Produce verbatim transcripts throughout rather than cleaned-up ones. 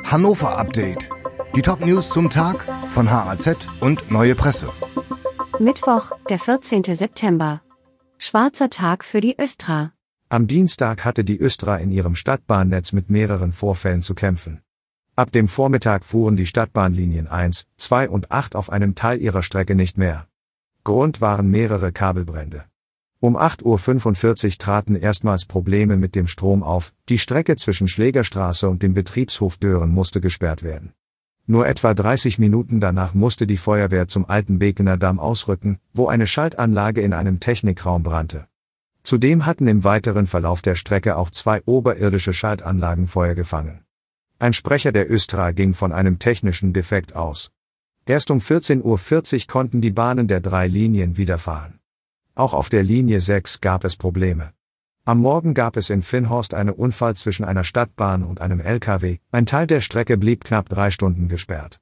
Hannover Update. Die Top-News zum Tag von H A Z und Neue Presse. Mittwoch, der vierzehnte September. Schwarzer Tag für die Östra. Am Dienstag hatte die Östra in ihrem Stadtbahnnetz mit mehreren Vorfällen zu kämpfen. Ab dem Vormittag fuhren die Stadtbahnlinien eins, zwei und acht auf einem Teil ihrer Strecke nicht mehr. Grund waren mehrere Kabelbrände. Um acht Uhr fünfundvierzig traten erstmals Probleme mit dem Strom auf, die Strecke zwischen Schlägerstraße und dem Betriebshof Dören musste gesperrt werden. Nur etwa dreißig Minuten danach musste die Feuerwehr zum Alten Bekener Damm ausrücken, wo eine Schaltanlage in einem Technikraum brannte. Zudem hatten im weiteren Verlauf der Strecke auch zwei oberirdische Schaltanlagen Feuer gefangen. Ein Sprecher der Östra ging von einem technischen Defekt aus. Erst um vierzehn Uhr vierzig konnten die Bahnen der drei Linien wieder fahren. Auch auf der Linie sechs gab es Probleme. Am Morgen gab es in Finnhorst einen Unfall zwischen einer Stadtbahn und einem L K W. Ein Teil der Strecke blieb knapp drei Stunden gesperrt.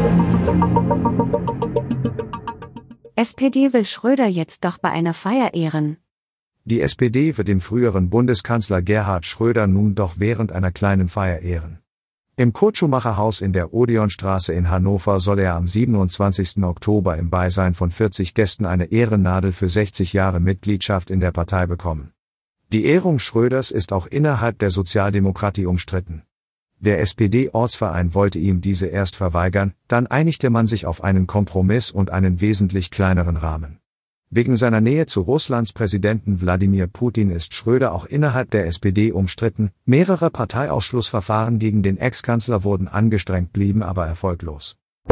S P D will Schröder jetzt doch bei einer Feier ehren. Die S P D wird den früheren Bundeskanzler Gerhard Schröder nun doch während einer kleinen Feier ehren. Im Kurt-Schumacher-Haus in der Odeonstraße in Hannover soll er am siebenundzwanzigsten Oktober im Beisein von vierzig Gästen eine Ehrennadel für sechzig Jahre Mitgliedschaft in der Partei bekommen. Die Ehrung Schröders ist auch innerhalb der Sozialdemokratie umstritten. Der S P D-Ortsverein wollte ihm diese erst verweigern, dann einigte man sich auf einen Kompromiss und einen wesentlich kleineren Rahmen. Wegen seiner Nähe zu Russlands Präsidenten Wladimir Putin ist Schröder auch innerhalb der S P D umstritten. Mehrere Parteiausschlussverfahren gegen den Ex-Kanzler wurden angestrengt, blieben aber erfolglos.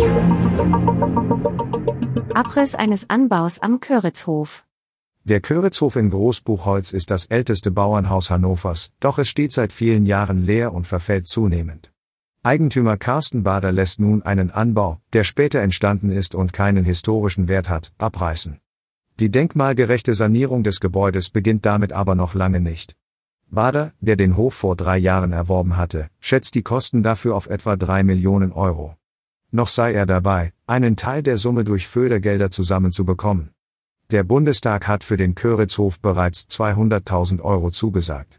Abriss eines Anbaus am Köritzhof. Der Köritzhof in Großbuchholz ist das älteste Bauernhaus Hannovers, doch es steht seit vielen Jahren leer und verfällt zunehmend. Eigentümer Carsten Bader lässt nun einen Anbau, der später entstanden ist und keinen historischen Wert hat, abreißen. Die denkmalgerechte Sanierung des Gebäudes beginnt damit aber noch lange nicht. Bader, der den Hof vor drei Jahren erworben hatte, schätzt die Kosten dafür auf etwa drei Millionen Euro. Noch sei er dabei, einen Teil der Summe durch Fördergelder zusammenzubekommen. Der Bundestag hat für den Köritzhof bereits zweihunderttausend Euro zugesagt.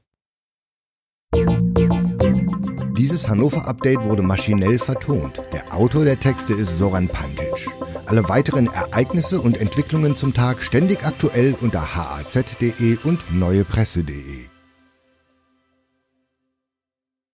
Dieses Hannover-Update wurde maschinell vertont. Der Autor der Texte ist Soran Pantic. Alle weiteren Ereignisse und Entwicklungen zum Tag ständig aktuell unter h a z punkt d e und neuepresse punkt d e.